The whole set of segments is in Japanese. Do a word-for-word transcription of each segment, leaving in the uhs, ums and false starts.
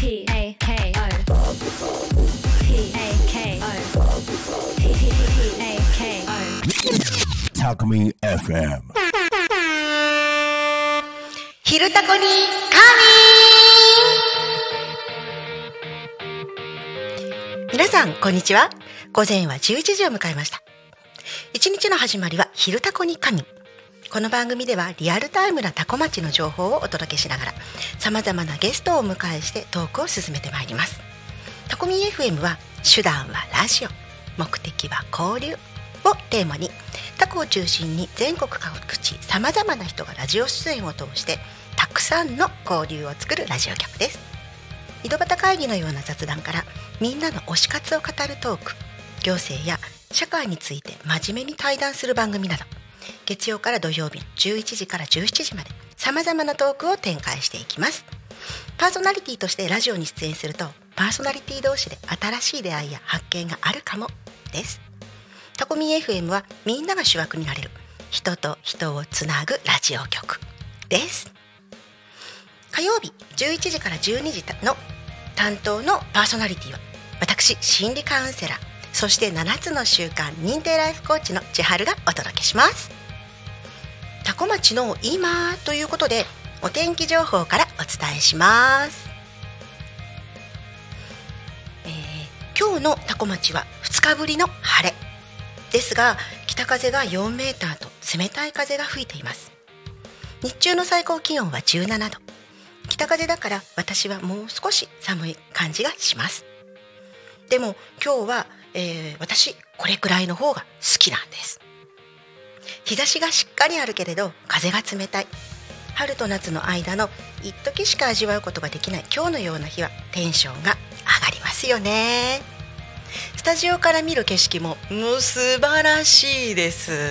P A K O P A K O P A K O タコミ エフエム昼タコに神。皆さんこんにちは。午前はじゅういちじを迎えました。一日の始まりは昼タコに神。この番組ではリアルタイムなタコ町の情報をお届けしながら、さまざまなゲストをお迎えしてトークを進めてまいります。タコミ エフエム は手段はラジオ、目的は交流をテーマに、タコを中心に全国各地さまざまな人がラジオ出演を通してたくさんの交流を作るラジオ局です。井戸端会議のような雑談からみんなの推し活を語るトーク、行政や社会について真面目に対談する番組など、月曜から土曜日のじゅういちじからじゅうしちじまでさまざまなトークを展開していきます。パーソナリティとしてラジオに出演すると、パーソナリティ同士で新しい出会いや発見があるかもです。タコミ エフエム はみんなが主役になれる人と人をつなぐラジオ局です。火曜日じゅういちじからじゅうにじの担当のパーソナリティは私、心理カウンセラー、そしてななつの習慣認定ライフコーチの千春がお届けします。タコ町の今ということで、お天気情報からお伝えします。えー、今日のタコ町はふつかぶりの晴れですが、北風がよんメーターと冷たい風が吹いています。日中の最高気温はじゅうななど、北風だから私はもう少し寒い感じがします。でも今日は、えー、私これくらいの方が好きなんです。日差しがしっかりあるけれど風が冷たい、春と夏の間の一時しか味わうことができない今日のような日はテンションが上がりますよね。スタジオから見る景色ももう素晴らしいです。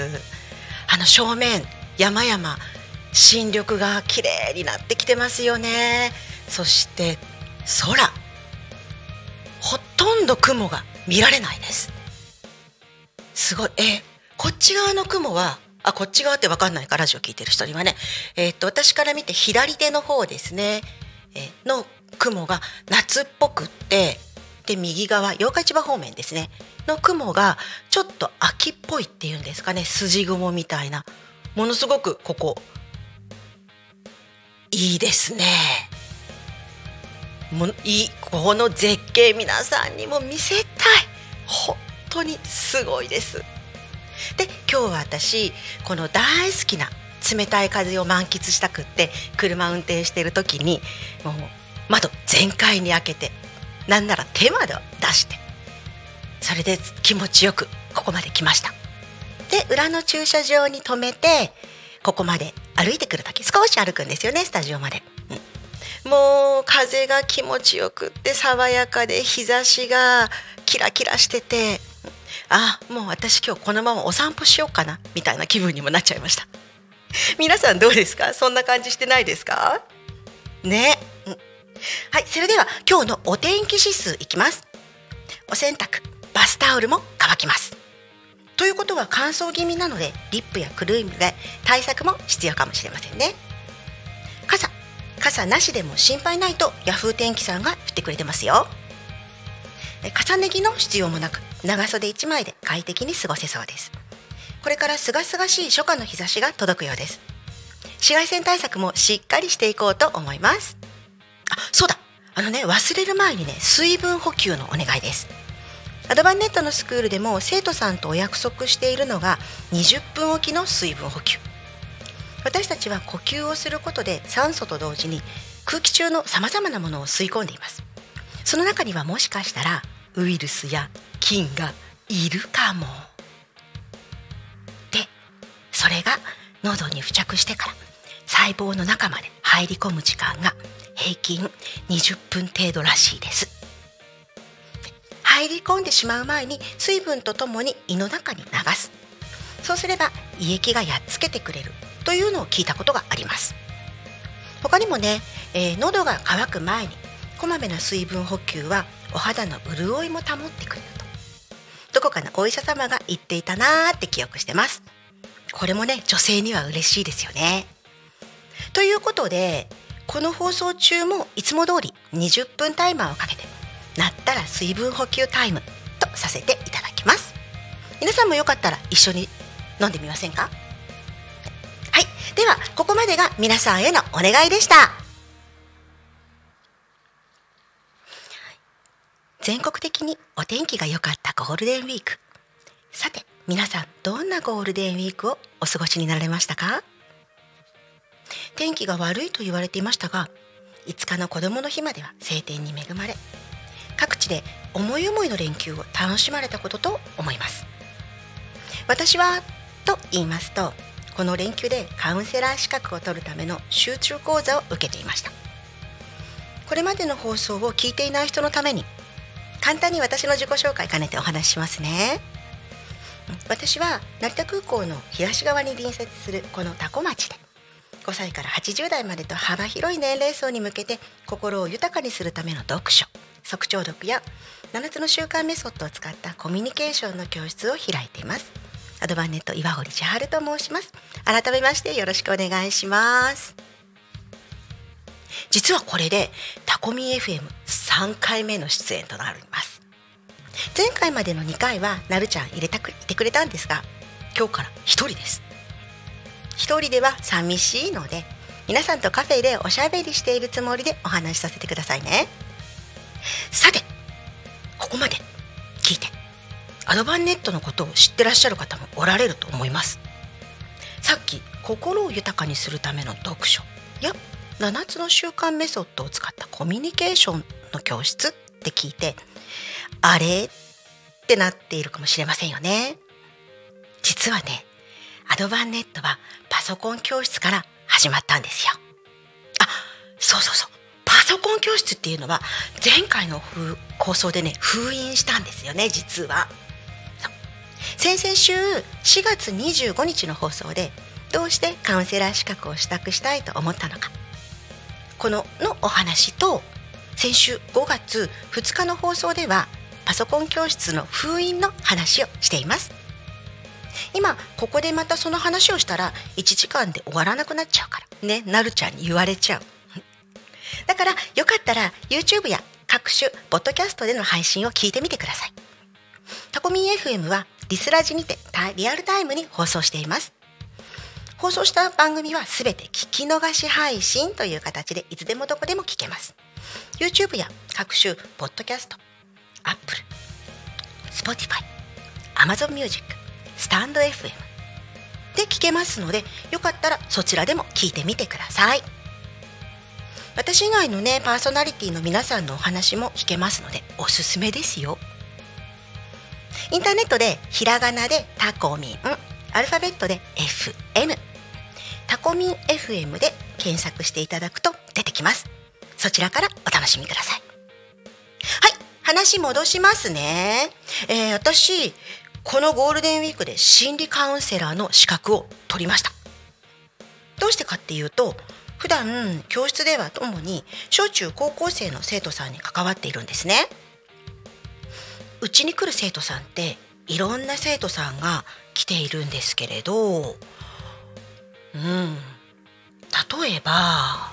あの正面山々、新緑が綺麗になってきてますよね。そして空、ほとんど雲が見られないです。すごい。えこっち側の雲は、あこっち側って分かんないか、ラジオ聞いてる人にはね、えー、っと私から見て左手の方ですね、えー、の雲が夏っぽくって、で右側八日市場方面ですねの雲がちょっと秋っぽいっていうんですかね、筋雲みたいな、ものすごくここいいですね。もいいこの絶景皆さんにも見せたい。本当にすごいです。で今日は私この大好きな冷たい風を満喫したくって、車運転している時にもう窓全開に開けて、なんなら手まで出して、それで気持ちよくここまで来ました。で裏の駐車場に止めて、ここまで歩いてくるだけ、少し歩くんですよね、スタジオまで、うん、もう風が気持ちよくって爽やかで、日差しがキラキラしてて、あもう私今日このままお散歩しようかなみたいな気分にもなっちゃいました。皆さんどうですか？そんな感じしてないですかね、うん、はい。それでは今日のお天気指数いきます。お洗濯、バスタオルも乾きます。ということは乾燥気味なので、リップやクリームで対策も必要かもしれませんね。傘傘なしでも心配ないとヤフー天気さんが振ってくれてますよ。重ね着の必要もなく、長袖いちまいで快適に過ごせそうです。これからすがすがしい初夏の日差しが届くようです。紫外線対策もしっかりしていこうと思います。あ、そうだ、あのね、忘れる前にね、水分補給のお願いです。アドバンネットのスクールでも生徒さんとお約束しているのがにじゅっぷんおきの水分補給。私たちは呼吸をすることで酸素と同時に空気中のさまざまなものを吸い込んでいます。その中にはもしかしたらウイルスや菌がいるかも。で、それが喉に付着してから細胞の中まで入り込む時間が平均にじゅっぷん程度らしいです。入り込んでしまう前に水分とともに胃の中に流す。そうすれば胃液がやっつけてくれるというのを聞いたことがあります。他にもね、えー、喉が渇く前にこまめな水分補給はお肌の潤いも保ってくれると、どこかのお医者様が言っていたなーって記憶してます。これもね、女性には嬉しいですよね。ということでこの放送中もいつも通りにじゅっぷんタイマーをかけて、なったら水分補給タイムとさせていただきます。皆さんもよかったら一緒に飲んでみませんか？はい、ではここまでが皆さんへのお願いでした。全国的にお天気が良かったゴールデンウィーク。さて皆さん、どんなゴールデンウィークをお過ごしになられましたか？天気が悪いと言われていましたが、いつかの子どもの日までは晴天に恵まれ、各地で思い思いの連休を楽しまれたことと思います。私はと言いますと、この連休でカウンセラー資格を取るための集中講座を受けていました。これまでの放送を聞いていない人のために、簡単に私の自己紹介兼ねてお話ししますね。私は成田空港の東側に隣接するこの多古町で、ごさいからはちじゅうだいまでと幅広い年齢層に向けて心を豊かにするための読書、速聴読やななつの習慣メソッドを使ったコミュニケーションの教室を開いています。アドバンネット岩堀千春と申します。改めましてよろしくお願いします。実はこれでタコミ エフエムさんかいめの出演となります。前回までのにかいはなるちゃん入れたくいてくれたんですが、今日からひとりです。ひとりでは寂しいので、皆さんとカフェでおしゃべりしているつもりでお話しさせてくださいね。さて、ここまで聞いてアドバンネットのことを知ってらっしゃる方もおられると思います。さっき心を豊かにするための読書やななつの習慣メソッドを使ったコミュニケーションの教室って聞いて、あれってなっているかもしれませんよね。実はね、アドバンネットはパソコン教室から始まったんですよ。あ、そうそうそう、パソコン教室っていうのは前回の放送でね封印したんですよね。実は先々週しがつにじゅうごにちの放送で、どうしてカウンセラー資格を取得したいと思ったのか、こののお話と、先週ごがつふつかの放送ではパソコン教室の封印の話をしています。今ここでまたその話をしたらいちじかんで終わらなくなっちゃうからね、なるちゃんに言われちゃう。だからよかったら YouTube や各種ポッドキャストでの配信を聞いてみてください。タコミン エフエム はリスラジにてリアルタイムに放送しています。放送した番組はすべて聞き逃し配信という形でいつでもどこでも聞けます。 YouTube や各種ポッドキャスト、 Apple、 Spotify、 Amazon Music、 スタンド エフエム で聞けますので、よかったらそちらでも聞いてみてください。私以外のねパーソナリティの皆さんのお話も聞けますのでおすすめですよ。インターネットでひらがなでタコミン、アルファベットで エフエム、 タコミン エフエム で検索していただくと出てきます。そちらからお楽しみください。はい、話戻しますね。えー、私このゴールデンウィークで心理カウンセラーの資格を取りました。どうしてかっていうと、普段教室では主に小中高校生の生徒さんに関わっているんですね。うちに来る生徒さんっていろんな生徒さんが来ているんですけれど、うん、例えば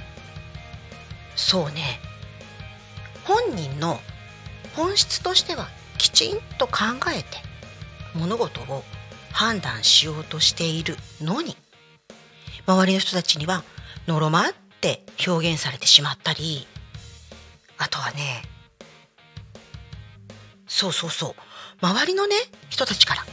そうね、本人の本質としてはきちんと考えて物事を判断しようとしているのに、周りの人たちにはのろまって表現されてしまったり、あとはね、そうそうそう、周りのね人たちから、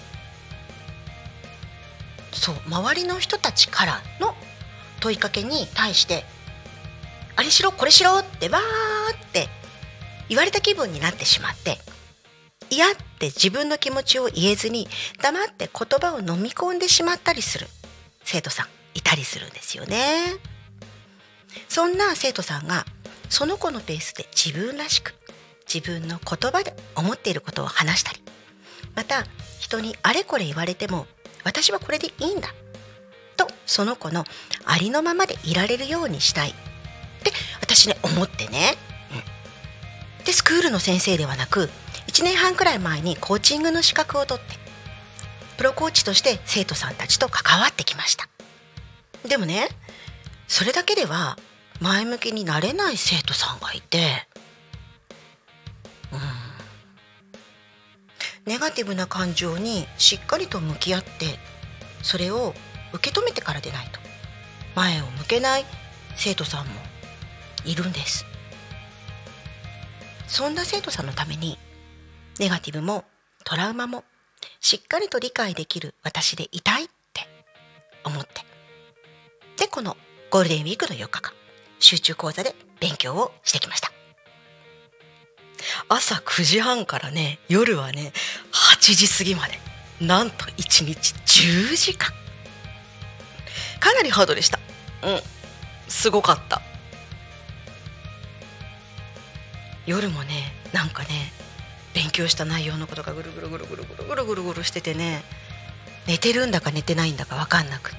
そう周りの人たちからの問いかけに対して、あれしろこれしろってわーって言われた気分になってしまって、嫌って自分の気持ちを言えずに黙って言葉を飲み込んでしまったりする生徒さんいたりするんですよね。そんな生徒さんがその子のペースで自分らしく自分の言葉で思っていることを話したり、また人にあれこれ言われても私はこれでいいんだとその子のありのままでいられるようにしたいって私ね思ってね、うん、でスクールの先生ではなくいちねんはんくらい前にコーチングの資格を取ってプロコーチとして生徒さんたちと関わってきました。でもね、それだけでは前向きになれない生徒さんがいて、うんネガティブな感情にしっかりと向き合って、それを受け止めてからでないと前を向けない生徒さんもいるんです。そんな生徒さんのために、ネガティブもトラウマもしっかりと理解できる私でいたいって思って、でこのゴールデンウィークのよっかかん集中講座で勉強をしてきました。朝くじはんからね、夜はねはちじ過ぎまで、なんといちにちじゅうじかん、かなりハードでした。うんすごかった。夜もねなんかね勉強した内容のことがぐるぐるぐるぐるぐるぐるぐるぐるしててね、寝てるんだか寝てないんだか分かんなくって、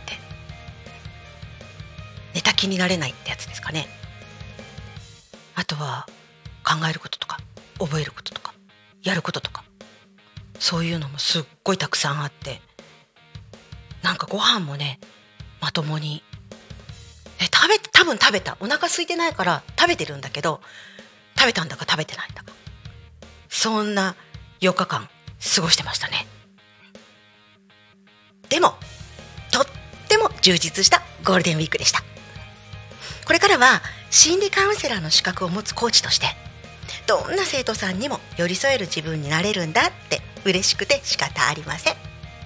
寝た気になれないってやつですかね。あとは考えることとか覚えることとかやることとか、そういうのもすっごいたくさんあって、なんかご飯もねまともにえ食べ多分食べた、お腹空いてないから食べてるんだけど、食べたんだか食べてないんだか、そんなよっかかん過ごしてましたね。でもとっても充実したゴールデンウィークでした。これからは心理カウンセラーの資格を持つコーチとして、どんな生徒さんにも寄り添える自分になれるんだって嬉しくて仕方ありません。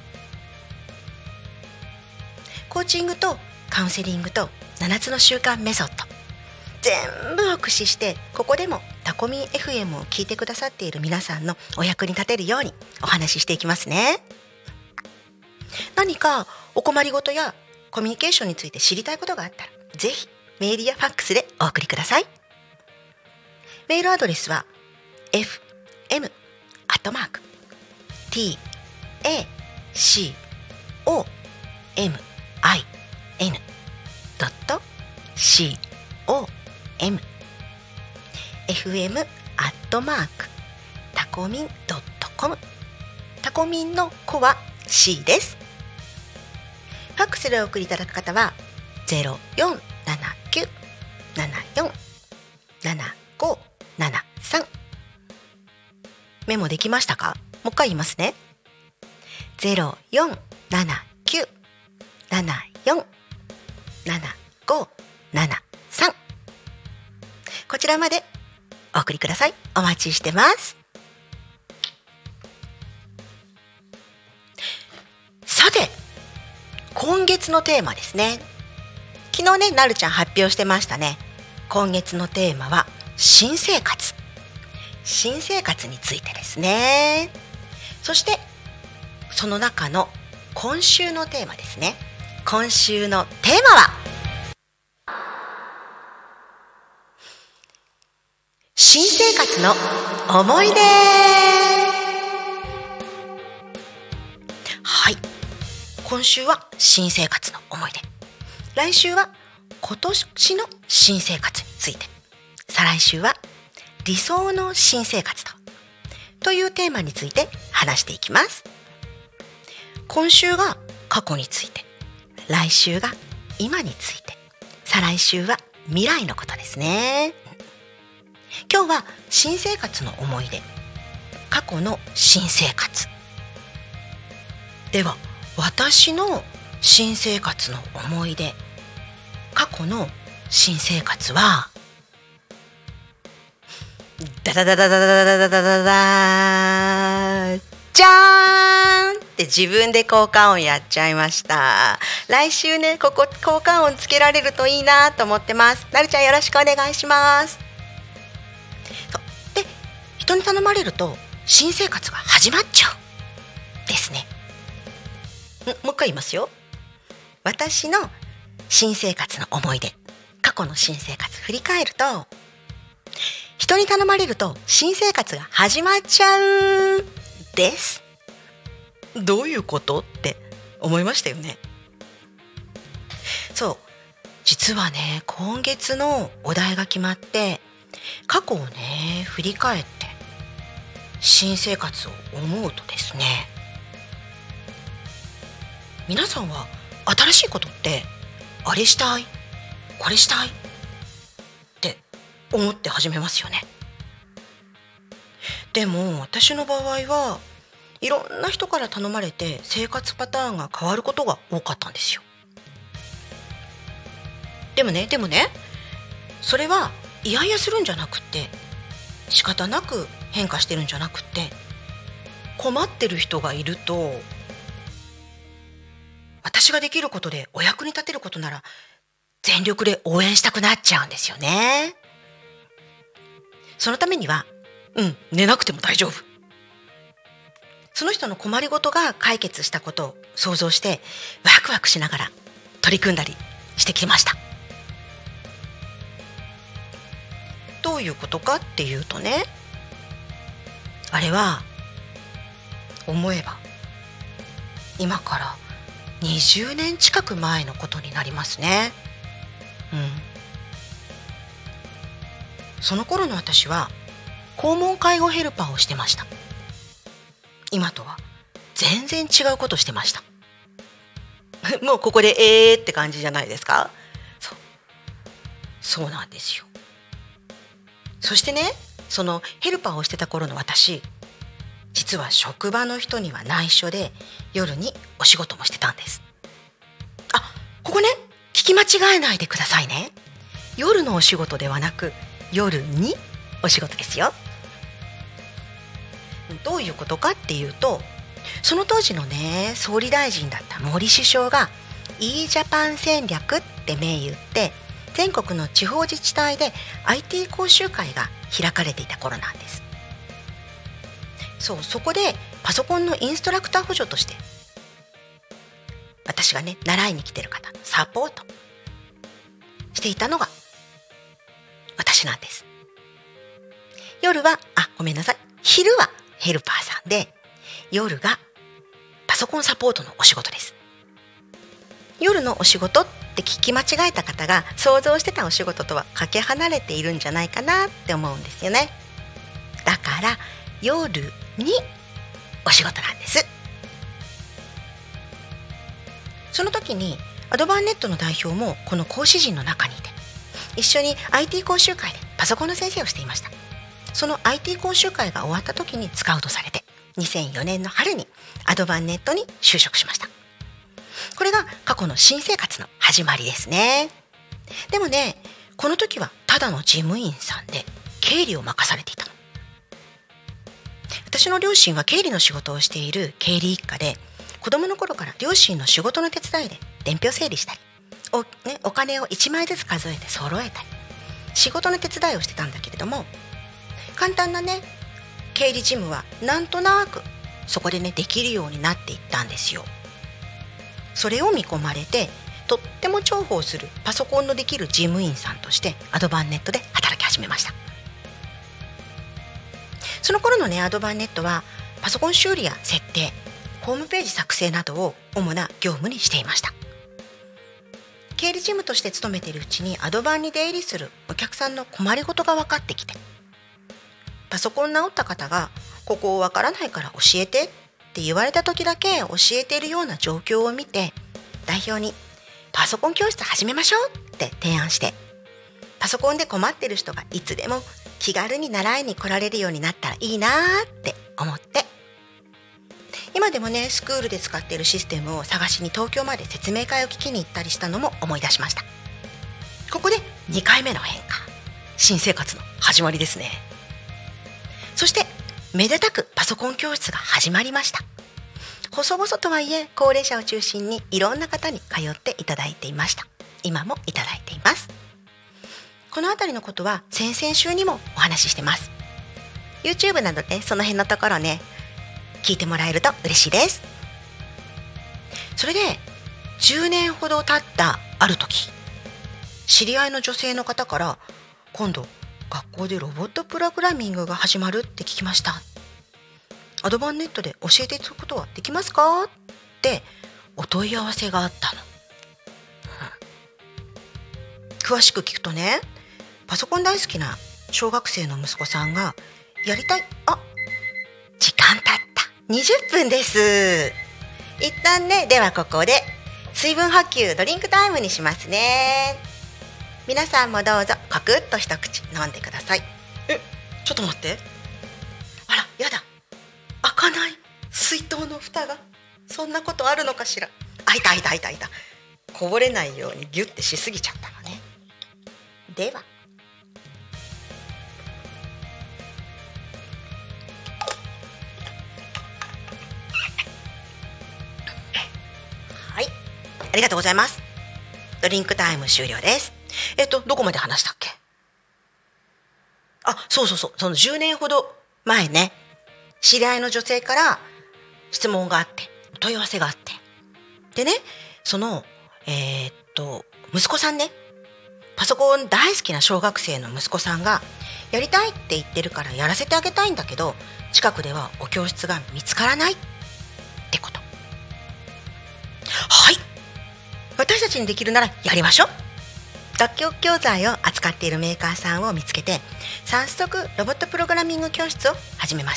コーチングとカウンセリングとななつの習慣メソッド、全部を駆使して、ここでもタコミン エフエム を聞いてくださっている皆さんのお役に立てるようにお話ししていきますね。何かお困りごとやコミュニケーションについて知りたいことがあったら、ぜひメールやファックスでお送りください。メールアドレスは エフエム アットマーク ティー エー シー オー エム アイ エヌ ドット シー オー エム エフエム アットマーク タコミン ドット コム、 タコミンの子は C です。ファックスでお送りいただく方は ゼロよんななきゅう ななよん ななご ななさん、メモできましたか？もう一回言いますね。 ゼロよんななきゅう ななよん ななご ななさん、こちらまでお送りください。お待ちしてます。さて今月のテーマですね。昨日ねなるちゃん発表してましたね。今月のテーマは新生活、新生活についてですね。そしてその中の今週のテーマですね。今週のテーマは新生活の思い出。はい、今週は新生活の思い出、来週は今年の新生活について、再来週は理想の新生活とというテーマについて話していきます。今週が過去について、来週が今について、再来週は未来のことですね。今日は新生活の思い出、過去の新生活では、私の新生活の思い出、過去の新生活はダダダダダダダダダダダじゃーんって自分で効果音やっちゃいました。来週ねここ効果音つけられるといいなと思ってます。なるちゃんよろしくお願いします。で、人に頼まれると新生活が始まっちゃうですね。もう一回言いますよ。私の新生活の思い出、過去の新生活振り返ると、人に頼まれると新生活が始まっちゃうです。どういうことって思いましたよね。そう、実はね今月のお題が決まって、過去をね振り返って新生活を思うとですね、皆さんは新しいことってあれしたいこれしたい思って始めますよね。でも私の場合はいろんな人から頼まれて生活パターンが変わることが多かったんですよ。でもねでもねそれは嫌々するんじゃなくって仕方なく変化してるんじゃなくって困ってる人がいると私ができることでお役に立てることなら全力で応援したくなっちゃうんですよね。そのためにはうん寝なくても大丈夫、その人の困りごとが解決したことを想像してワクワクしながら取り組んだりしてきました。どういうことかっていうとね、あれは思えば今からにじゅうねん近く前のことになりますね。うん。その頃の私は訪問介護ヘルパーをしてました。今とは全然違うことしてましたもうここでえーって感じじゃないですか。そう、そうなんですよ。そしてね、そのヘルパーをしてた頃の私、実は職場の人には内緒で夜にお仕事もしてたんです。あ、ここね、聞き間違えないでくださいね。夜のお仕事ではなく夜にお仕事ですよ。どういうことかっていうと、その当時のね総理大臣だった森首相が e ジャパン戦略って銘打って全国の地方自治体で アイティー 講習会が開かれていた頃なんです。そう、そこでパソコンのインストラクター補助として私がね習いに来てる方サポートしていたのが私なんです。夜はあごめんなさい昼はヘルパーさんで夜がパソコンサポートのお仕事です。夜のお仕事って聞き間違えた方が想像してたお仕事とはかけ離れているんじゃないかなって思うんですよね。だから夜にお仕事なんです。その時にアドバンネットの代表もこの講師陣の中にいて一緒に アイティー 講習会でパソコンの先生をしていました。その アイティー 講習会が終わった時にスカウトされてにせんよねんの春にアドバンネットに就職しました。これが過去の新生活の始まりですね。でもね、この時はただの事務員さんで経理を任されていたの。私の両親は経理の仕事をしている経理一家で、子供の頃から両親の仕事の手伝いで伝票整理したり お,、ね、お金をいちまいずつ数えて揃えたり仕事の手伝いをしてたんだけれども、簡単なね経理事務はなんとなくそこでねできるようになっていったんですよ。それを見込まれてとっても重宝するパソコンのできる事務員さんとしてアドバンネットで働き始めました。その頃のねアドバンネットはパソコン修理や設定、ホームページ作成などを主な業務にしていました。経理事務として勤めているうちにアドバンに出入りするお客さんの困りごとが分かってきて、パソコン直った方がここを分からないから教えてって言われた時だけ教えているような状況を見て、代表にパソコン教室始めましょうって提案して、パソコンで困ってる人がいつでも気軽に習いに来られるようになったらいいなって思って、今でもねスクールで使っているシステムを探しに東京まで説明会を聞きに行ったりしたのも思い出しました。ここでにかいめの変化、新生活の始まりですね。そしてめでたくパソコン教室が始まりました。細々とはいえ高齢者を中心にいろんな方に通っていただいていました。今もいただいています。このあたりのことは先々週にもお話ししてます。 YouTube などでその辺のところね聞いてもらえると嬉しいです。それでじゅうねんほど経ったある時、知り合いの女性の方から今度学校でロボットプログラミングが始まるって聞きました。アドバンネットで教えていただくことはできますかってお問い合わせがあったの、うん、詳しく聞くとね、パソコン大好きな小学生の息子さんがやりたい、あ、時間経ったにじゅっぷんです。一旦ね、ではここで水分補給ドリンクタイムにしますね。 皆さんもどうぞコクッと一口飲んでください。え、ちょっと待って、あらやだ、開かない水筒の蓋が。そんなことあるのかしら。あ、いたいたいたいた。こぼれないようにギュッてしすぎちゃったのね。でははい、ありがとうございます。ドリンクタイム終了です。えっとどこまで話したっけ。あ、そうそうそう、そのじゅうねんほど前ね、知り合いの女性から質問があって、問い合わせがあって、でね、そのえー、っと息子さんね、パソコン大好きな小学生の息子さんがやりたいって言ってるからやらせてあげたいんだけど、近くではお教室が見つからないってこと。はい、私たちにできるならやりましょう。楽曲教材を扱っているメーカーさんを見つけて、早速ロボットプログラミング教室を始めました。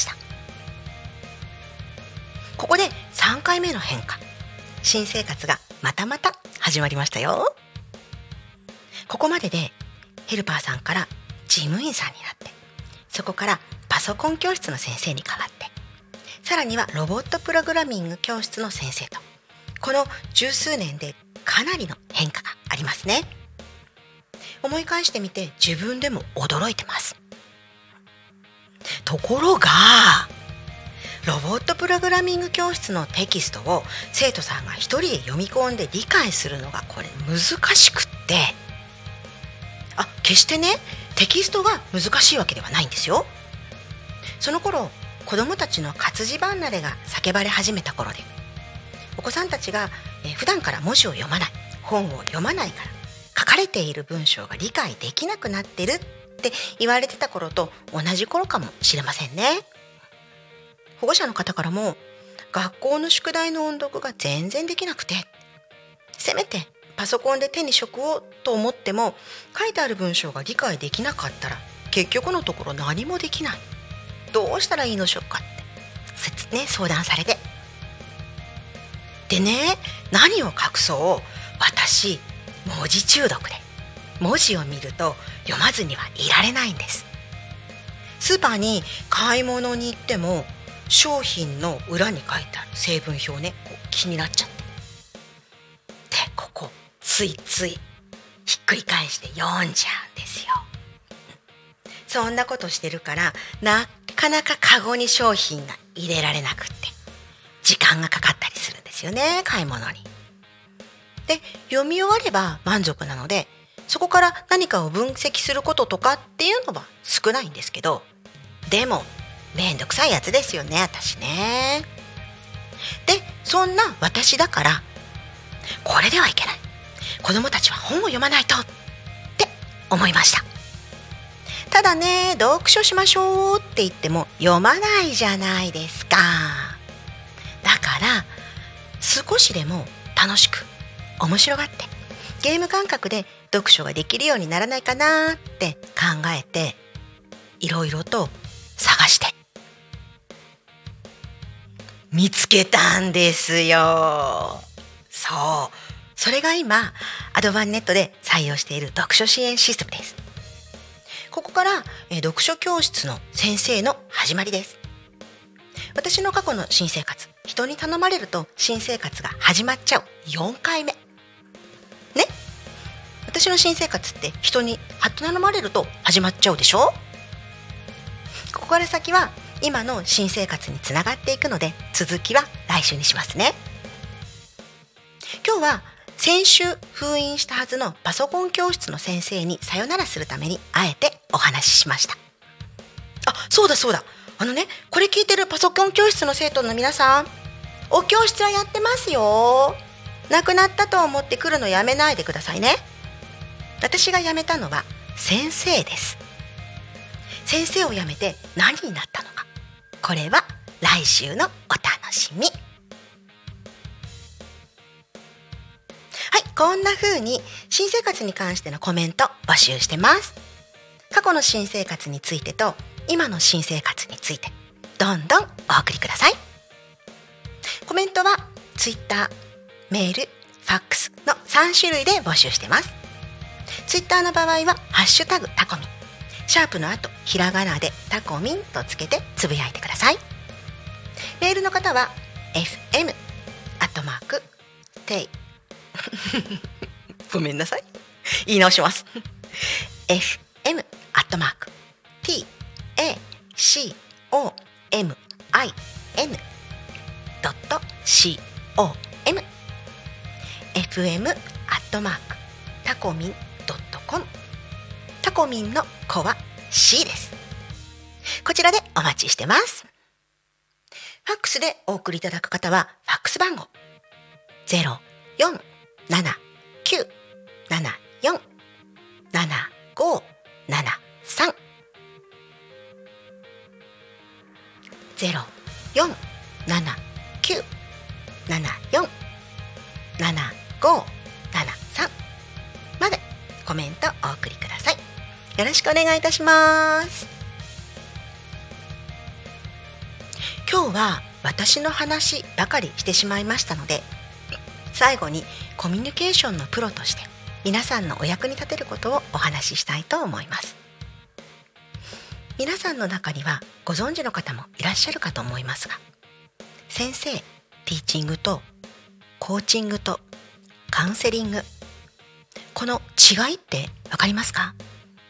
ここでさんかいめの変化、新生活がまたまた始まりましたよ。ここまででヘルパーさんから事務員さんになって、そこからパソコン教室の先生に変わって、さらにはロボットプログラミング教室の先生と、この十数年でかなりの変化がありますね。思い返してみて自分でも驚いてます。ところがロボットプログラミング教室のテキストを生徒さんが一人で読み込んで理解するのがこれ難しくって、あ、決してねテキストが難しいわけではないんですよ。その頃子どもたちの活字離れが叫ばれ始めた頃で、お子さんたちがえ普段から文字を読まない、本を読まないから書かれている文章が理解できなくなってるって言われてた頃と同じ頃かもしれませんね。保護者の方からも学校の宿題の音読が全然できなくて、せめてパソコンで手に職をと思っても書いてある文章が理解できなかったら結局のところ何もできない、どうしたらいいのでしょうかって、ね、相談されて、でね、何を隠そう、私文字中毒で文字を見ると読まずにはいられないんです。スーパーに買い物に行っても商品の裏に書いてある成分表ね、こう気になっちゃって、でここついついひっくり返して読んじゃうんですよ。そんなことしてるからなかなかカゴに商品が入れられなくって時間がかかったりするんですよね、買い物に。で読み終われば満足なので、そこから何かを分析することとかっていうのは少ないんですけど、でもめんどくさいやつですよね、私ね。でそんな私だからこれではいけない、子どもたちは本を読まないとって思いました。ただね、読書しましょうって言っても読まないじゃないですか。だから少しでも楽しく面白がってゲーム感覚で読書ができるようにならないかなって考えて、いろいろと探して見つけたんですよ。そう、それが今アドバンネットで採用している読書支援システムです。ここから、えー、読書教室の先生の始まりです。私の過去の新生活、人に頼まれると新生活が始まっちゃうよんかいめね。私の新生活って人に頼まれると始まっちゃうでしょ。ここから先は今の新生活につながっていくので、続きは来週にしますね。今日は先週封印したはずのパソコン教室の先生にさよならするためにあえてお話ししました。あ、そうだそうだ、あのね、これ聞いてるパソコン教室の生徒の皆さん、お教室はやってますよ。なくなったと思って来るのやめないでくださいね。私が辞めたのは先生です。先生を辞めて何になったのか、これは来週のお楽しみ。はい、こんな風に新生活に関してのコメント募集してます。過去の新生活についてと今の新生活についてどんどんお送りください。コメントはツイッター、メール、ファックスのさん種類で募集してます。 ツイッターの場合はハッシュタグタコミン、シャープの後ひらがなでタコミンとつけてつぶやいてください。メールの方は エフエム アットマークテイごめんなさい、言い直します。エフエム アットマーク ティーエーシーオーエムアイエヌ ドット シーオーエム エフエム アットマークタコミンドットコム、タコミンの子は C です。こちらでお待ちしてます。ファックスでお送りいただく方はファックス番号 ゼロよんななきゅうななよんななごななさん ゼロよんななきゅうななよんななごななさんまでコメントお送りください。よろしくお願いいたします。今日は私の話ばかりしてしまいましたので、最後にコミュニケーションのプロとして皆さんのお役に立てることをお話ししたいと思います。皆さんの中にはご存知の方もいらっしゃるかと思いますが、先生、ティーチングとコーチングとカウンセリング、この違いってわかりますか？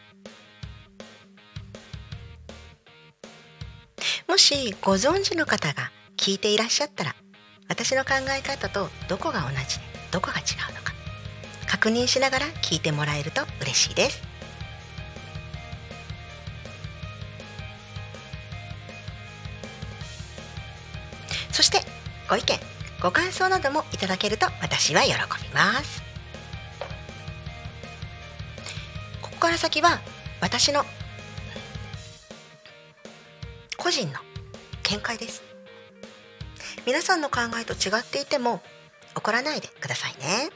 もしご存知の方が聞いていらっしゃったら、私の考え方とどこが同じでどこが違うのか確認しながら聞いてもらえると嬉しいです。そしてご意見ご感想などもいただけると私は喜びます。ここから先は私の個人の見解です。皆さんの考えと違っていても怒らないでくださいね。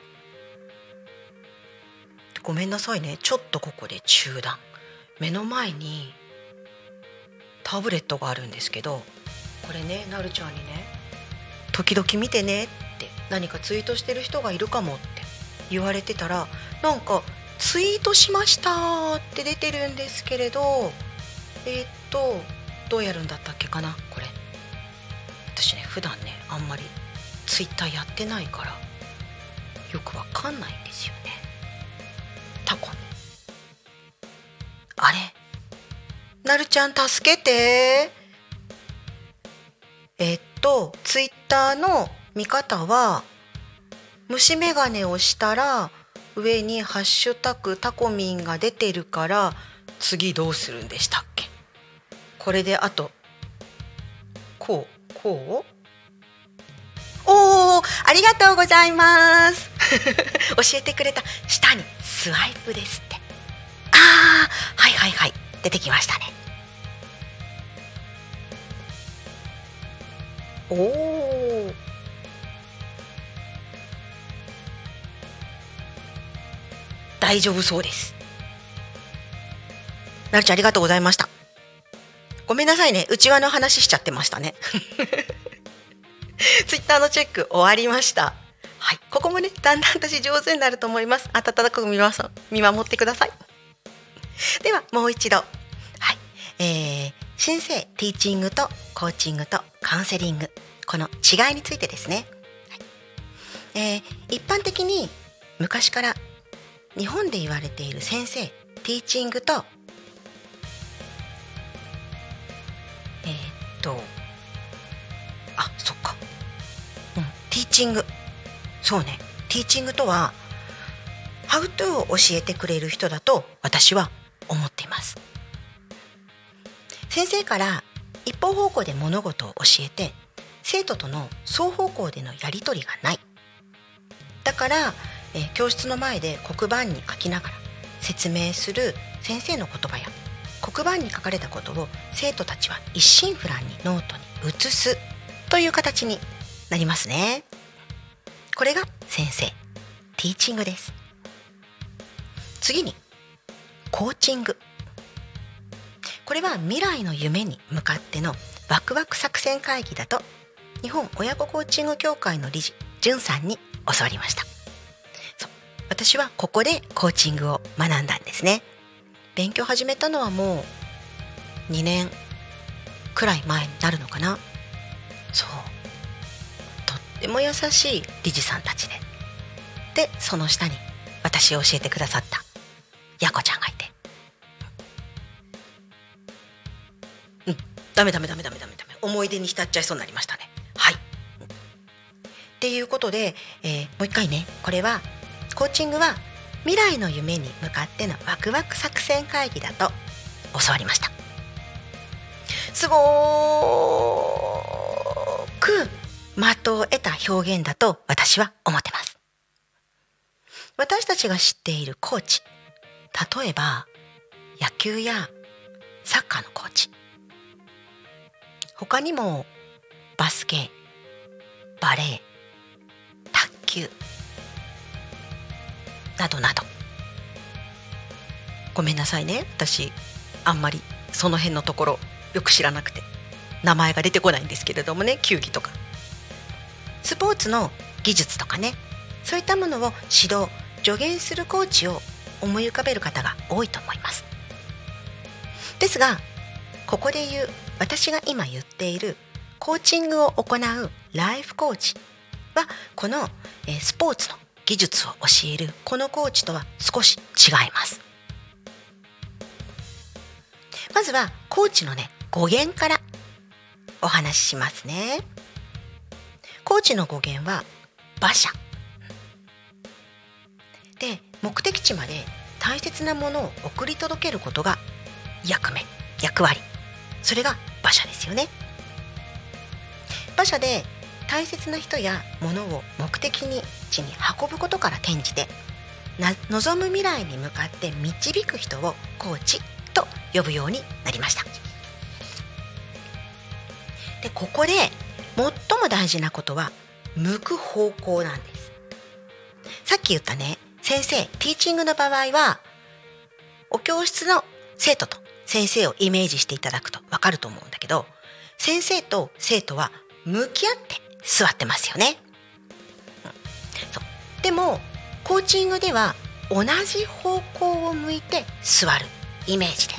ごめんなさいね、ちょっとここで中断。目の前にタブレットがあるんですけど、これね、なるちゃんにね、時々見てねって何かツイートしてる人がいるかもって言われてたら、なんかツイートしましたって出てるんですけれど、えー、っとどうやるんだったっけかな。これ私ね、普段ねあんまりツイッターやってないからよくわかんないんですよね。タコにあれ、なるちゃん助けて。えっとツイッターの見方は、虫眼鏡をしたら上にハッシュタグタコミンが出てるから、次どうするんでしたっけ。これであとこうこうおー、ありがとうございます教えてくれた。下にスワイプですって。あー、はいはいはい、出てきましたね。おー、大丈夫そうです。なるちゃんありがとうございました。ごめんなさいね、内輪の話しちゃってましたねツイッターのチェック終わりました。はい、ここもね、だんだん私上手になると思います。温かく見守ってください。ではもう一度、はい、えー、先生、ティーチングとコーチングとカウンセリング、この違いについてですね。はい、えー、一般的に昔から日本で言われている先生、ティーチングとえー、っとあ、そっか、うん、ティーチング、そうね、ティーチングとはハウトゥーを教えてくれる人だと私は思っています。先生から一方方向で物事を教えて、生徒との双方向でのやり取りがない。だから、えー、教室の前で黒板に書きながら説明する先生の言葉や、黒板に書かれたことを生徒たちは一心不乱にノートに写すという形になりますね。これが先生、ティーチングです。次にコーチング。これは未来の夢に向かってのワクワク作戦会議だと、日本親子コーチング協会の理事、じゅんさんに教わりました。そう、 私はここでコーチングを学んだんですね。勉強始めたのはもうにねんくらい前になるのかな。そう、とっても優しい理事さんたちで、でその下に私を教えてくださったやこちゃんがいて、うん、ダメダメダメダメダメダメ、思い出に浸っちゃいそうになりましたね。はい、っていうことで、えー、もう一回ね、これはコーチングは未来の夢に向かってのワクワク作戦会議だと教わりました。すごーく的を得た表現だと私は思ってます。私たちが知っているコーチ、例えば野球やサッカーのコーチ、他にもバスケ、バレー、卓球などなど、ごめんなさいね、私あんまりその辺のところよく知らなくて名前が出てこないんですけれどもね、球技とかスポーツの技術とかね、そういったものを指導助言するコーチを思い浮かべる方が多いと思います。ですがここで言う、私が今言っているコーチングを行うライフコーチは、このスポーツの技術を教えるこのコーチとは少し違います。まずはコーチのね、語源からお話ししますね。コーチの語源は馬車で、目的地まで大切なものを送り届けることが役目、役割、それが馬車ですよね。馬車で大切な人や物を目的地に運ぶことから転じて、望む未来に向かって導く人をコーチと呼ぶようになりました。で、ここで最も大事なことは向く方向なんです。さっき言ったね、先生、ティーチングの場合はお教室の生徒と先生をイメージしていただくと分かると思うんだけど、先生と生徒は向き合って座ってますよね。そうでもコーチングでは同じ方向を向いて座るイメージです。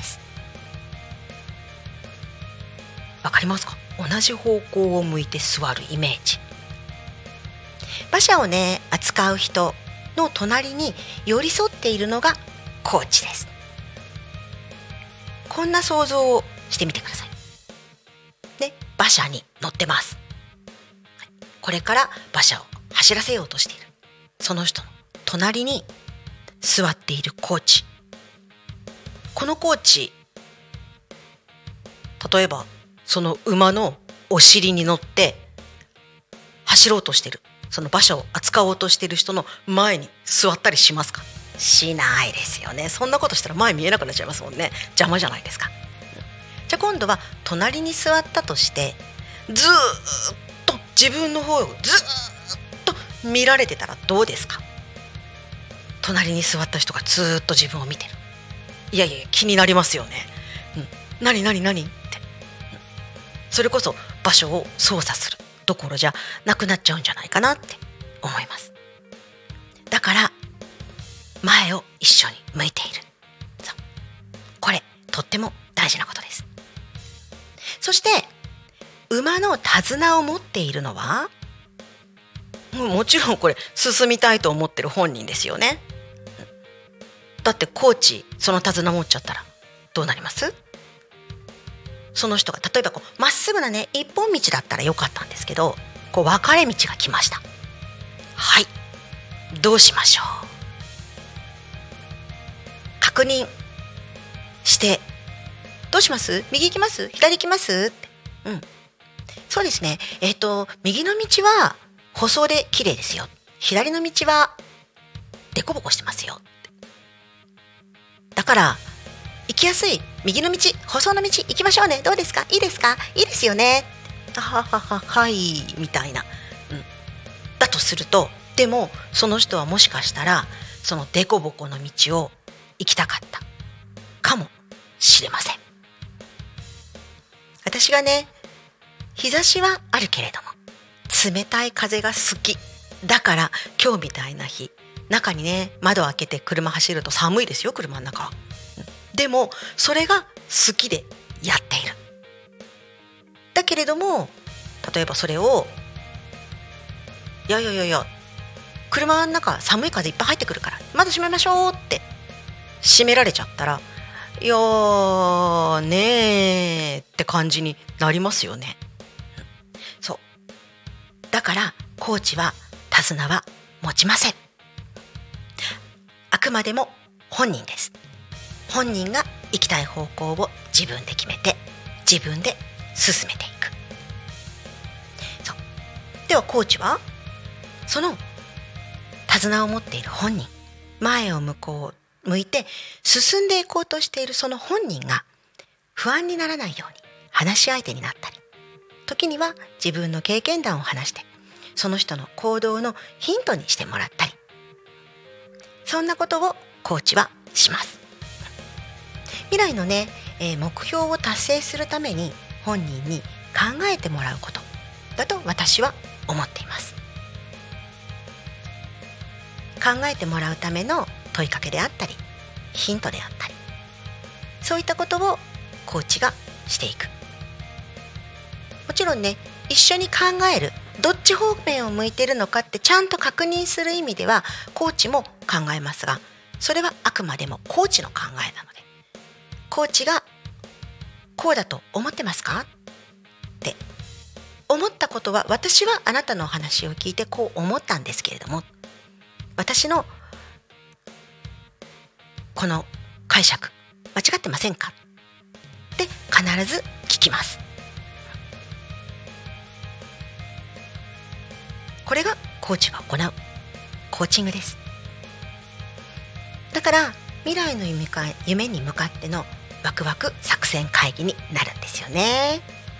わかりますか？同じ方向を向いて座るイメージ。馬車をね、扱う人の隣に寄り添っているのがコーチです。こんな想像をしてみてください。で、馬車に乗ってます。これから馬車を走らせようとしているその人の隣に座っているコーチ。このコーチ、例えばその馬のお尻に乗って走ろうとしている、その馬車を扱おうとしている人の前に座ったりしますか？しないですよね。そんなことしたら前見えなくなっちゃいますもんね。邪魔じゃないですか。じゃあ今度は隣に座ったとして、ずーっと自分の方をずーっと見られてたらどうですか？隣に座った人がずーっと自分を見てる。いやいや、気になりますよね。うん、何何何って、うん、それこそ場所を操作するどころじゃなくなっちゃうんじゃないかなって思います。だから前を一緒に向いている。そう、これとっても大事なことです。そして馬の手綱を持っているのは、もちろんこれ進みたいと思ってる本人ですよね。だってコーチその手綱持っちゃったらどうなります？その人が例えばこうまっすぐなね一本道だったらよかったんですけど、こう分かれ道が来ました。はい、どうしましょう？確認してどうします？右行きます？左行きます？って、うん、そうですね。えっと右の道は舗装で綺麗ですよ。左の道はデコボコしてますよ。だから行きやすい右の道、舗装の道行きましょうね。どうですか？いいですか？いいですよね。ははははいみたいな、うん、だとすると、でもその人はもしかしたらそのデコボコの道を行きたかったかもしれません。私がね、日差しはあるけれども冷たい風が好きだから、今日みたいな日中にね窓を開けて車走ると寒いですよ、車の中。でもそれが好きでやっている。だけれども例えばそれをいやいやいやいや車の中寒い風いっぱい入ってくるから窓閉めましょうって閉められちゃったら、いやーねーって感じになりますよね。そうだからコーチは手綱は持ちません。あくまでも本人です。本人が行きたい方向を自分で決めて自分で進めていく。そうではコーチはその手綱を持っている本人、前を向こう向いて進んでいこうとしているその本人が不安にならないように話し相手になったり、時には自分の経験談を話してその人の行動のヒントにしてもらったり、そんなことをコーチはします。未来のね、えー、目標を達成するために本人に考えてもらうことだと私は思っています。考えてもらうための問いかけであったりヒントであったり、そういったことをコーチがしていく。もちろんね、一緒に考える、どっち方面を向いているのかってちゃんと確認する意味ではコーチも考えますが、それはあくまでもコーチの考えなので、コーチがこうだと思ってますかって思ったことは、私はあなたのお話を聞いてこう思ったんですけれども、私のこの解釈間違ってませんかって必ず聞きます。これがコーチが行うコーチングです。だから未来の夢か夢に向かってのワクワク作戦会議になるんですよね。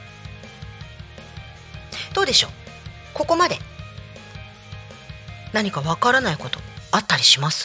どうでしょう、ここまで何かわからないことあったりします？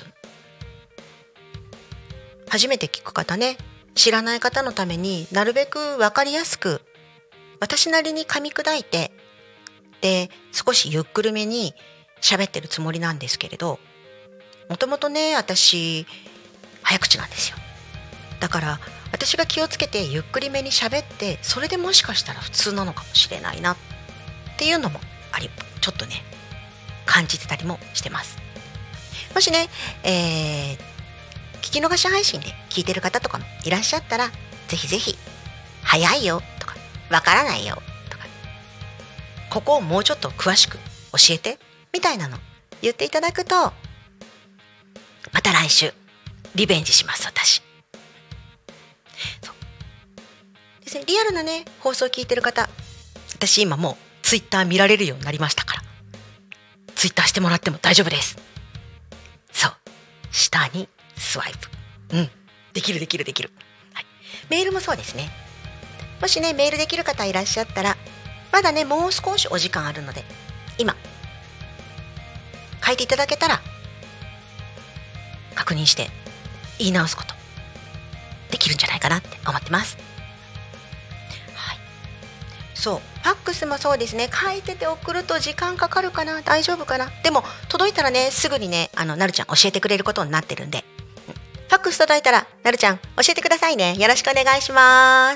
初めて聞く方ね、知らない方のためになるべくわかりやすく私なりに噛み砕いて、で少しゆっくりめに喋ってるつもりなんですけれど、もともとね私早口なんですよ。だから私が気をつけてゆっくりめに喋って、それでもしかしたら普通なのかもしれないなっていうのもあり、ちょっとね感じてたりもしてます。もしね、えー、聞き逃し配信で聞いてる方とかもいらっしゃったら、ぜひぜひ早いよとかわからないよとか、ここをもうちょっと詳しく教えてみたいなの言っていただくと、また来週リベンジします。私そうですね、リアルなね放送を聞いてる方、私今もうツイッター見られるようになりましたから、ツイッターしてもらっても大丈夫です。そう、下にスワイプ、うん、できるできるできる、はい、メールもそうですね。もしねメールできる方いらっしゃったら、まだねもう少しお時間あるので、今書いていただけたら確認して言い直すことできるんじゃないかなって思ってます。はい、そうファックスもそうですね。書いてて送ると時間かかるかな、大丈夫かな。でも届いたらねすぐにねあのなるちゃん教えてくれることになってるんで、ファックス届いたらなるちゃん教えてくださいね。よろしくお願いします。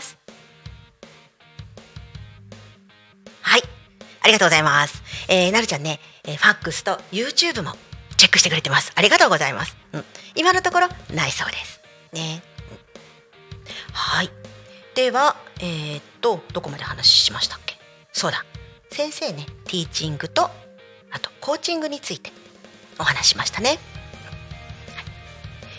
はい、ありがとうございます。えー、なるちゃんね、えー、ファックスと YouTube もチェックしてくれてます。ありがとうございます。うん、今のところないそうですね。うん、はい、ではえー、っとどこまで話しましたっけ。そうだ、先生ねティーチングとあとコーチングについてお話しましたね。はい、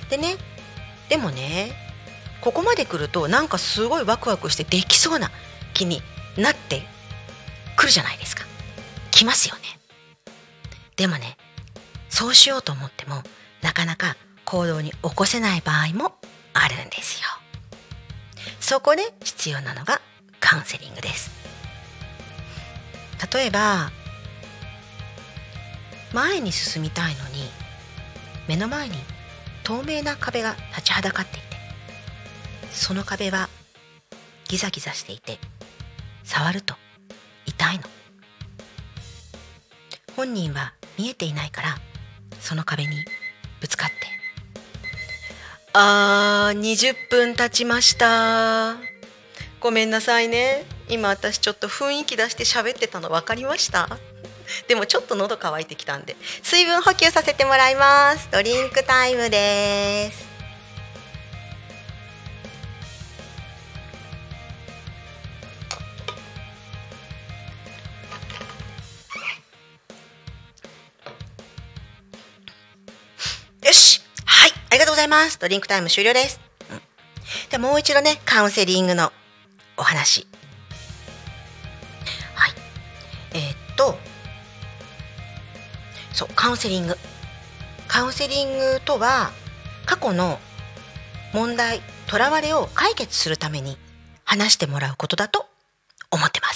でね、でもねここまで来るとなんかすごいワクワクしてできそうな気になってくるじゃないですか。来ますよね。でもね、そうしようと思ってもなかなか行動に起こせない場合もあるんですよ。そこで必要なのがカウンセリングです。例えば前に進みたいのに目の前に透明な壁が立ちはだかっていて、その壁はギザギザしていて触ると痛いの。本人は見えていないからその壁にぶつかって、あーにじゅっぷん経ちました、ごめんなさいね、今私ちょっと雰囲気出して喋ってたの分かりました？でもちょっと喉乾いてきたんで水分補給させてもらいます。ドリンクタイムです。よし、はい、ありがとうございます。ドリンクタイム終了です、うん、でもう一度ね、カウンセリングのお話。はい、えー、っとそう、カウンセリングカウンセリングとは、過去の問題、とらわれを解決するために話してもらうことだと思ってます。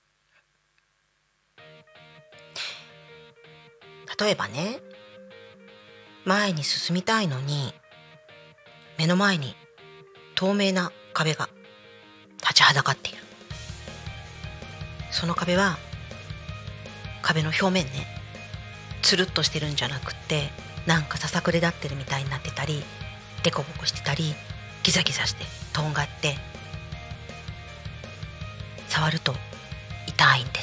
例えばね、前に進みたいのに目の前に透明な壁が立ちはだかっている。その壁は、壁の表面ね、つるっとしてるんじゃなくって、なんかささくれ立ってるみたいになってたり、デコボコしてたり、ギザギザしてとんがって、触ると痛いんです。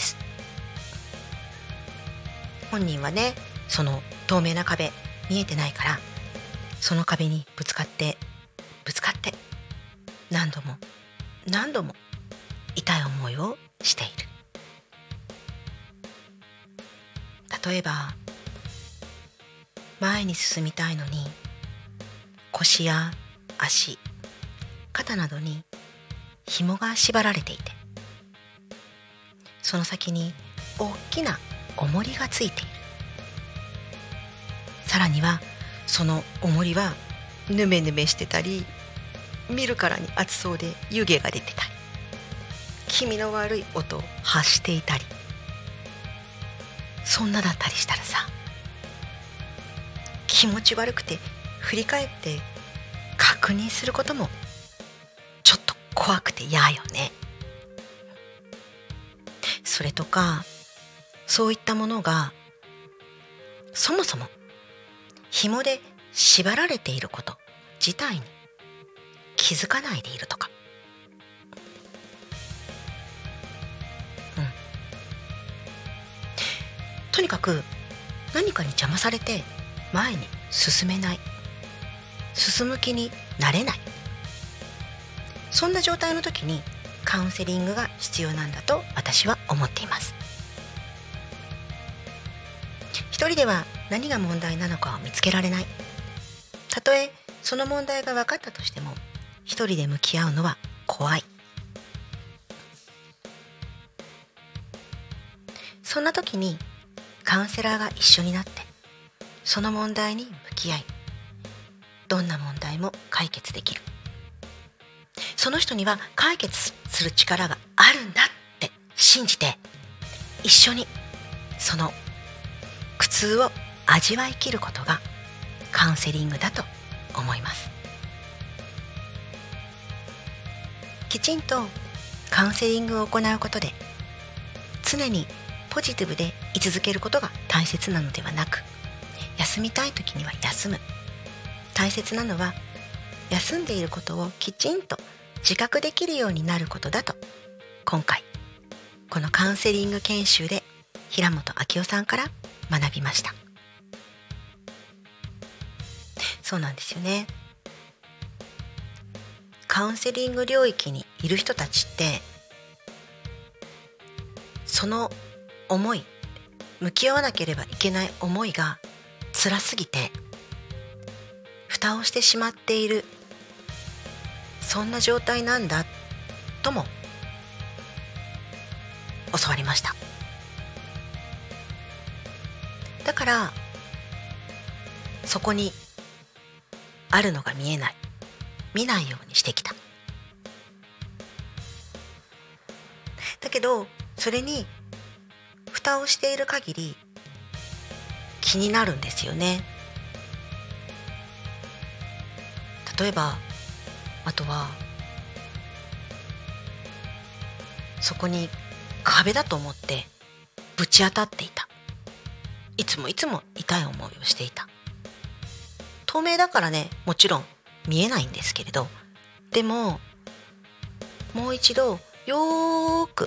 本人はね、その透明な壁見えてないから、その壁にぶつかってぶつかって何度も何度も痛い思いをしている。例えば、前に進みたいのに腰や足、肩などに紐が縛られていて、その先に大きな重りがついている。さらにはその重りはヌメヌメしてたり、見るからに熱そうで湯気が出てたり、気味の悪い音を発していたり、そんなだったりしたらさ、気持ち悪くて振り返って確認することもちょっと怖くて嫌よね。それとか、そういったものがそもそも紐で縛られていること自体に気づかないでいるとか、うん、とにかく何かに邪魔されて前に進めない、進む気になれない、そんな状態の時にカウンセリングが必要なんだと私は思っています。一人では何が問題なのかを見つけられない。たとえその問題が分かったとしても、一人で向き合うのは怖い。そんな時にカウンセラーが一緒になって、その問題に向き合い、どんな問題も解決できる。その人には解決する力があるんだって信じて、一緒にその苦痛を味わい切ることがカウンセリングだと思います。きちんとカウンセリングを行うことで、常にポジティブで居続けることが大切なのではなく、休みたい時には休む。大切なのは休んでいることをきちんと自覚できるようになることだと、今回このカウンセリング研修で平本明夫さんから学びました。そうなんですよね。カウンセリング領域にいる人たちって、その思い、向き合わなければいけない思いが辛すぎて蓋をしてしまっている、そんな状態なんだとも教わりました。だからそこにあるのが見えない、見ないようにしてきた。だけどそれに蓋をしている限り気になるんですよね。例えば、あとはそこに壁だと思ってぶち当たっていた。 いつもいつも痛い思いをしていた。透明だからね、もちろん見えないんですけれど、でももう一度よーく、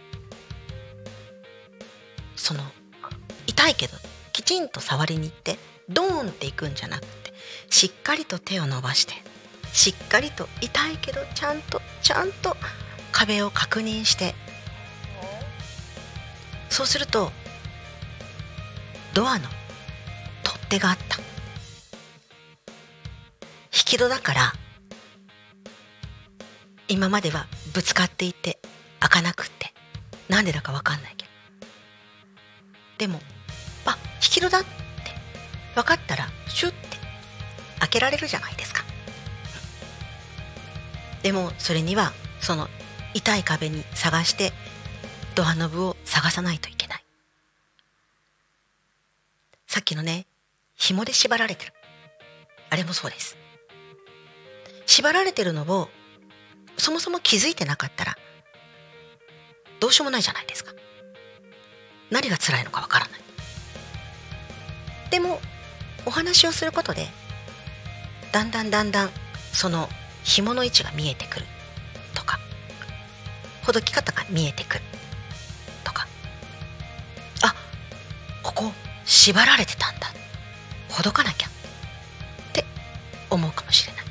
その痛いけどきちんと触りに行ってドーンっていくんじゃなくて、しっかりと手を伸ばして、しっかりと痛いけどちゃんとちゃんと壁を確認して、そうするとドアの取っ手があった。引き戸だから今まではぶつかっていて開かなくって、なんでだか分かんないけど、でもあ、引き戸だって分かったらシュッて開けられるじゃないですか。でもそれにはその痛い壁に探してドアノブを探さないといけない。さっきのね、紐で縛られてる、あれもそうです。縛られてるのをそもそも気づいてなかったらどうしようもないじゃないですか。何が辛いのかわからない。でもお話をすることでだんだんだんだんその紐の位置が見えてくるとか、ほどき方が見えてくるとか、あ、ここ縛られてたんだ、ほどかなきゃって思うかもしれない。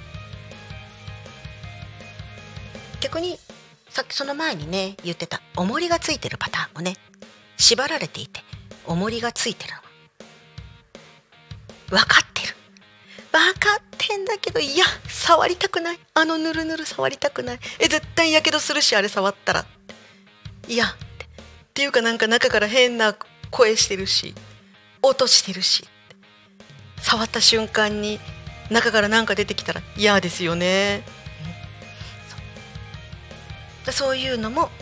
逆にさっきその前にね言ってた重りがついてるパターンもね、縛られていて重りがついてるの分かってる、分かってんだけど、いや触りたくない、あのぬるぬる触りたくない、え絶対やけどするし、あれ触ったらいやって、っていうかなんか中から変な声してるし音してるし、触った瞬間に中からなんか出てきたら嫌ですよね。そう、そういうのも、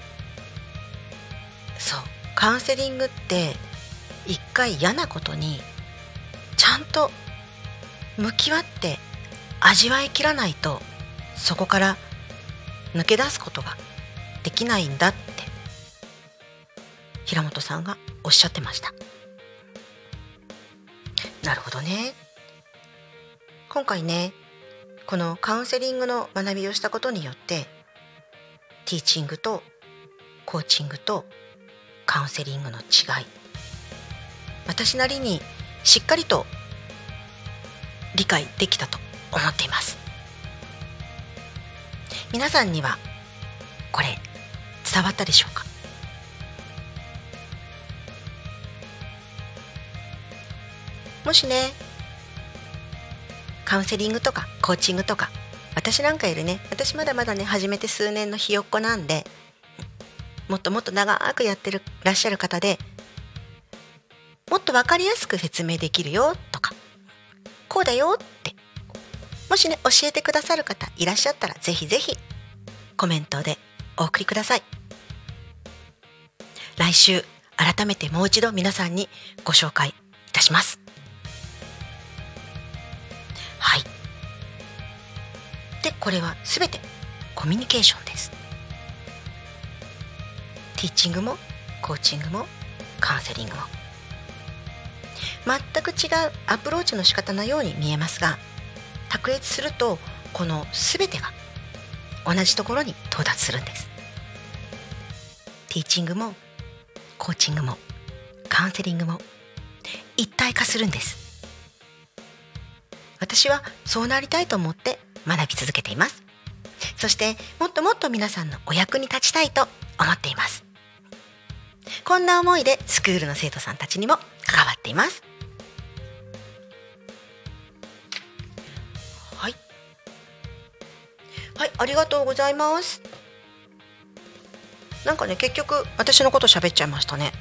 そう、カウンセリングって一回嫌なことにちゃんと向き合って味わい切らないと、そこから抜け出すことができないんだって平本さんがおっしゃってました。なるほどね。今回ね、このカウンセリングの学びをしたことによって、ティーチングとコーチングとカウンセリングの違い、私なりにしっかりと理解できたと思っています。皆さんにはこれ伝わったでしょうか。もしね、カウンセリングとかコーチングとか、私なんかよりね、私まだまだね始めて数年のひよっこなんで、もっともっと長くやってるらっしゃる方で、もっと分かりやすく説明できるよとか、こうだよってもしね教えてくださる方いらっしゃったら、ぜひぜひコメントでお送りください。来週改めてもう一度皆さんにご紹介いたします。はい。で、これはすべてコミュニケーションです。ティーチングもコーチングもカウンセリングも全く違うアプローチの仕方のように見えますが、卓越するとこのすべてが同じところに到達するんです。ティーチングもコーチングもカウンセリングも一体化するんです。私はそうなりたいと思って学び続けています。そしてもっともっと皆さんのお役に立ちたいと思っています。こんな思いでスクールの生徒さんたちにも関わっています。はい、はい、ありがとうございます。なんかね、結局私のこと喋っちゃいましたね。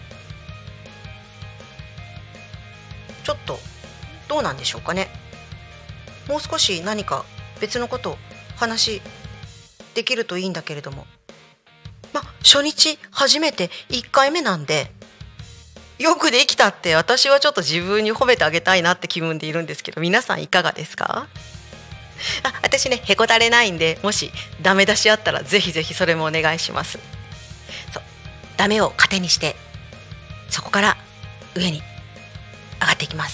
ちょっとどうなんでしょうかね。もう少し何か別のことを話できるといいんだけれども、まあ初日初めていっかいめなんで、よくできたって私はちょっと自分に褒めてあげたいなって気分でいるんですけど、皆さんいかがですか？あ、私ねへこたれないんで、もしダメ出しあったらぜひぜひそれもお願いします。そう、ダメを糧にしてそこから上にっていきます。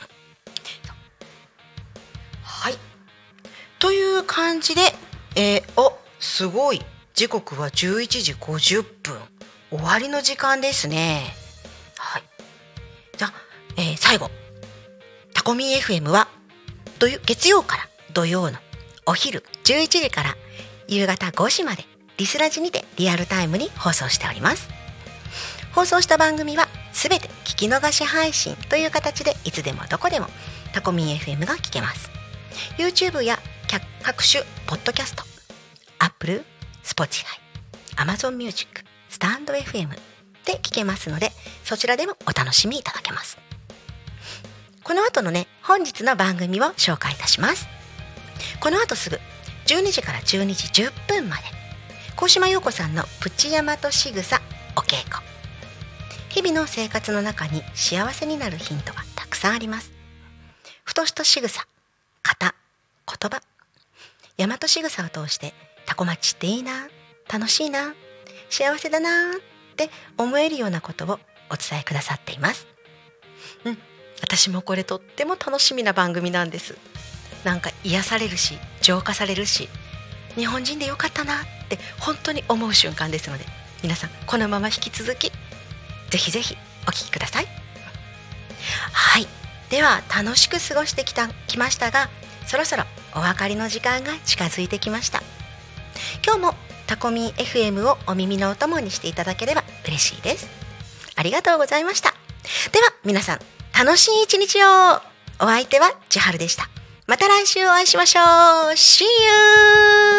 はいという感じで、えー、おすごい時刻はじゅういちじごじゅっぷん、終わりの時間ですね。はい、じゃあ、えー、最後タコミン エフエム は土月曜から土曜のお昼じゅういちじから夕方ごじまでリスラジにてリアルタイムに放送しております。放送した番組はすべて聞き逃し配信という形でいつでもどこでもタコミン エフエム が聞けます。 YouTube や各種ポッドキャスト、 Apple、Spotify、Amazon Music、スタンド エフエム で聞けますので、そちらでもお楽しみいただけます。この後のね、本日の番組を紹介いたします。この後すぐじゅうにじからじゅうにじじゅっぷんまで高島陽子さんのプチヤマト仕草お稽古。日々の生活の中に幸せになるヒントがたくさんあります。ふとしと仕草、型、言葉、大和仕草を通してタコ町っていいな、楽しいな、幸せだなって思えるようなことをお伝えくださっています。うん、私もこれとっても楽しみな番組なんです。なんか癒されるし、浄化されるし、日本人でよかったなって本当に思う瞬間ですので、皆さんこのまま引き続きぜひぜひお聞きください。はい、では楽しく過ごしてきたきましたが、そろそろお別れの時間が近づいてきました。今日もタコミン エフエム をお耳のお供にしていただければ嬉しいです。ありがとうございました。では皆さん楽しい一日を。お相手は千春でした。また来週お会いしましょう。See you!